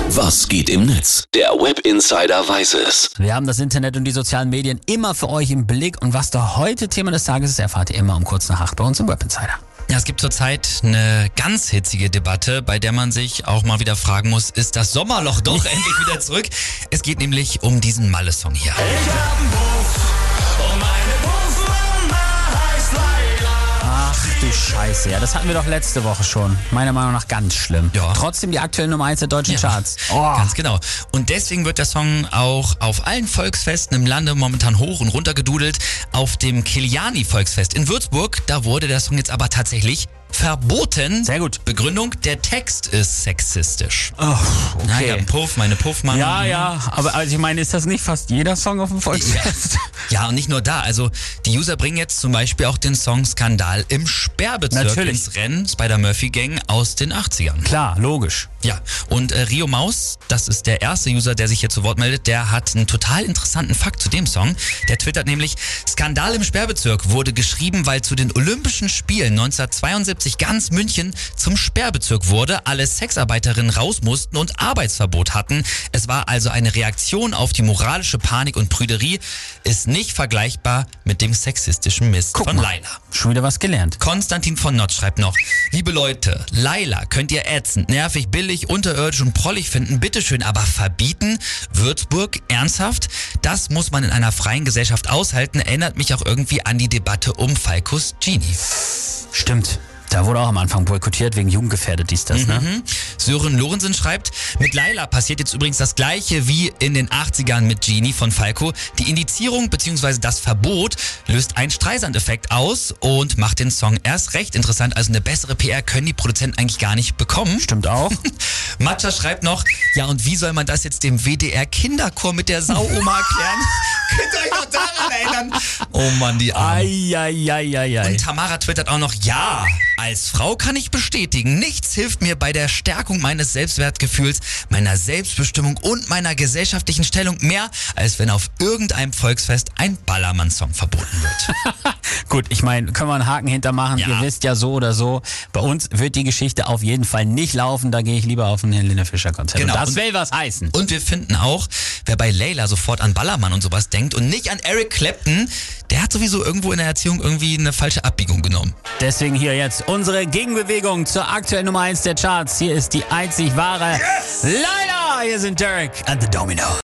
Was geht im Netz? Der Web Insider weiß es. Wir haben das Internet und die sozialen Medien immer für euch im Blick. Und was da heute Thema des Tages ist, erfahrt ihr immer um kurz nach 8 bei uns im Web Insider. Ja, es gibt zurzeit eine ganz hitzige Debatte, bei der man sich auch mal wieder fragen muss, ist das Sommerloch doch endlich wieder zurück? Es geht nämlich um diesen Malle-Song hier. Ich hab einen Puff und meine Puffmama heißt Laila. Ach du Scheiße, ja, das hatten wir doch letzte Woche schon. Meiner Meinung nach ganz schlimm. Ja. Trotzdem die aktuelle Nummer 1 der deutschen Charts. Oh. Ganz genau. Und deswegen wird der Song auch auf allen Volksfesten im Lande momentan hoch und runter gedudelt. Auf dem Kiliani-Volksfest in Würzburg, da wurde der Song jetzt aber tatsächlich verboten. Sehr gut. Begründung, der Text ist sexistisch. Oh, okay. Na, ich hab einen Puff, meine Puffmann. Ja, aber also ich meine, ist das nicht fast jeder Song auf dem Volksfest? Ja, und nicht nur da. Also die User bringen jetzt zum Beispiel auch den Song Skandal im Sperrbezirk Natürlich. ins Rennen, Spider-Murphy-Gang aus den 80ern. Klar, logisch. Ja, und Rio Maus, das ist der erste User, der sich hier zu Wort meldet, der hat einen total interessanten Fakt zu dem Song. Der twittert nämlich, Skandal im Sperrbezirk wurde geschrieben, weil zu den Olympischen Spielen 1972 ganz München zum Sperrbezirk wurde, alle Sexarbeiterinnen raus mussten und Arbeitsverbot hatten. Es war also eine Reaktion auf die moralische Panik und Prüderie, ist nicht vergleichbar mit dem sexistischen Mist von mal. Laila. Schon wieder was gelernt. Konstantin von Notz schreibt noch, liebe Leute, Laila könnt ihr ätzend, nervig, billig, unterirdisch und prollig finden, bitteschön, aber verbieten? Würzburg? Ernsthaft? Das muss man in einer freien Gesellschaft aushalten, erinnert mich auch irgendwie an die Debatte um Falcos Genie. Stimmt. Da wurde auch am Anfang boykottiert wegen jugendgefährdet, ne? Sören Lorenzen schreibt, mit Laila passiert jetzt übrigens das gleiche wie in den 80ern mit Genie von Falco. Die Indizierung bzw. das Verbot löst einen Streisand-Effekt aus und macht den Song erst recht interessant. Also eine bessere PR können die Produzenten eigentlich gar nicht bekommen. Stimmt auch. Matcha schreibt noch, ja und wie soll man das jetzt dem WDR-Kinderchor mit der Sauoma erklären? Könnt ihr euch noch daran erinnern? Oh Mann, die Arme. Ei. Und Tamara twittert auch noch, ja, als Frau kann ich bestätigen, nichts hilft mir bei der Stärkung meines Selbstwertgefühls, meiner Selbstbestimmung und meiner gesellschaftlichen Stellung mehr, als wenn auf irgendeinem Volksfest ein Ballermann-Song verboten wird. Gut, ich meine, können wir einen Haken hintermachen. Ja. Ihr wisst ja so oder so, bei uns wird die Geschichte auf jeden Fall nicht laufen. Da gehe ich lieber auf ein Helene Fischer Konzert. Genau. Und das Und- will was heißen. Und wir finden auch, wer bei Laila sofort an Ballermann und sowas denkt und nicht an Eric Clapton, der hat sowieso irgendwo in der Erziehung irgendwie eine falsche Abbiegung genommen. Deswegen hier jetzt unsere Gegenbewegung zur aktuellen Nummer 1 der Charts. Hier ist die einzig wahre Laila. Hier sind Derek and the Domino.